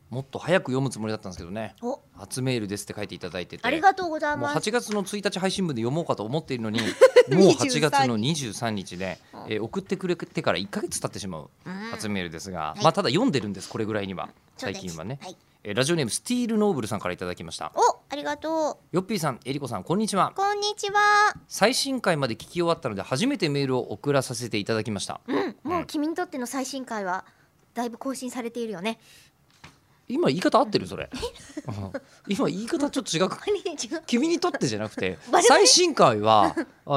もっと早く読むつもりだったんですけどね。 お、 初メールですって書いていただいてて、 ありがとうございもうます。 8月の1日配信分で読もうかと思っているのにもう8月の23日で、送ってくれてから1ヶ月経ってしまう初メールですが、 はいまあ、ただ読んでるんです、これぐらいにはそうです最近はね、 はい、 ラジオネームスティールノーブルさんからいただきました。 お、ありがとよっぴーさん、えりこさん、こんにちは。 う。こんにちは。 最新回まで聞き終わったので初めてメールを送らさせていただきました。 もう君にとっての最新回はだいぶ更新されているよね。 今言い方合ってるそれ今言い方ちょっと違うかあれ違う。 君にとってじゃなくてバレバレ最新回は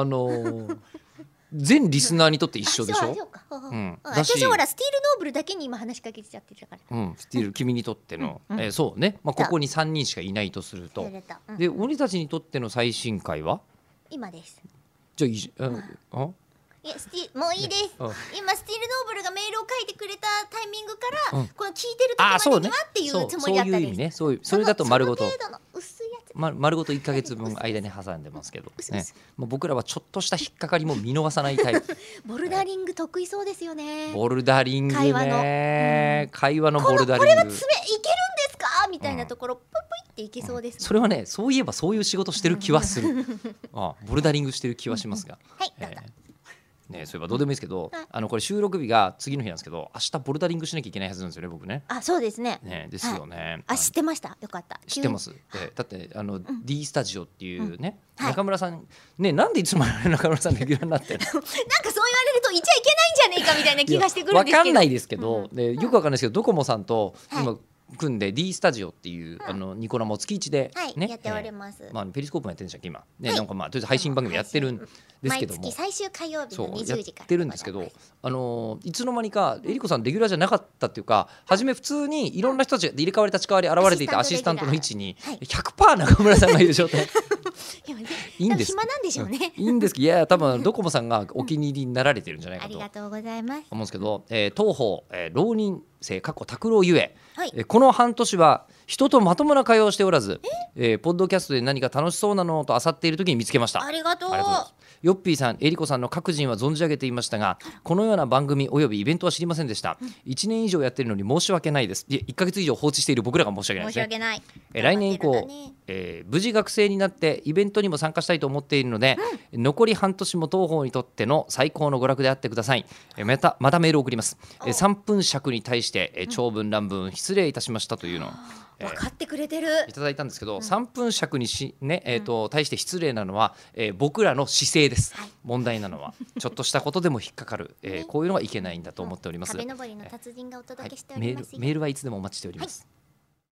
全リスナーにとって一緒でしょ。 そうか。 んだし私ほらスティールノーブルだけに今話しかけちゃってるから。 スティール君にとっての、そうね、まあ、ここに3人しかいないとすると、 やれた。 で鬼たちにとっての最新回は今です。 じゃあいいじゃん、 いやもういいです。 うん今スティールノーブルがメールを書いてくれたタイミングから、 うんこの聞いてる時までにはっていうつもりだったんです。 そういう意味ね、そういうそれだと丸ごとその程度の薄いやつ。 丸ごと1ヶ月分間に挟んでますけど、ね、もう僕らはちょっとした引っかかりも見逃さないタイプボルダリング得意そうですよね。 ボルダリングね、会話のボルダリング、 これは爪いけるんですかみたいなところ、ポイポイっていけそうですもん。 それはね、そういえばそういう仕事してる気はするボルダリングしてる気はしますが、 はいどうぞ。 ね、そういえばどうでもいいですけど、これ収録日が次の日なんですけど、明日ボルダリングしなきゃいけないはずなんですよね、僕ね。 あ、そうですね。 ですよね。 あ、知ってました。よかった。 知ってます。だってD スタジオっていうね、 はい中村さんね、なんでいつも中村さんレギュラーになってるのなんかそう言われるといちゃいけないんじゃねえかみたいな気がしてくるんですけど。 わかんないですけど、でよくわかんないですけど、ドコモさんとはい今組んで D スタジオっていうニコ生を月1ではいね、 やっております。 ペリスコープもやってるんでしたっけ今ね、 はいなんかまあとりあえず配信番組やってるんですけども、 毎月最終火曜日のそうや 20時からってるんですけど、 ございます。 いつの間にかえりこさんレギュラーじゃなかったっていうか、初め普通にいろんな人たちが入れ替わり立ち替わり現れていたアシスタントの位置にはい 100% 中村さんがいる状態今ねいいんです暇なんでしょうね。 いいんですけど、いや多分ドコモさんがお気に入りになられてるんじゃないかとありがとうございます。 思うんですけど、当方、浪人生拓郎ゆえ、 はいこの半年は人とまともな会話をしておらず、ポッドキャストで何か楽しそうなのと漁っている時に見つけました。 ありがとう。 ありがとうございます。ヨッピーさん、えりこさんの各人は存じ上げていましたが、このような番組およびイベントは知りませんでした。1年以上やってるのに申し訳ないです。いえ、1ヶ月以上放置している僕らが申し訳ないですね。 申し訳ない。 来年以降頑張ってるんだね、 無事学生になってイベントにも参加したいと思っているので、残り半年も当方にとっての最高の娯楽であってください。またメールを送ります。3分尺に対して、長文乱文失礼いたしましたというのを、 分かってくれてる。 いただいたんですけど、3分尺に対して失礼なのは、僕らの姿勢です、問題なのはちょっとしたことでも引っかかる、こういうのはいけないんだと思っております。 壁登りの達人がお届けしております。 メールはいつでもお待ちしております。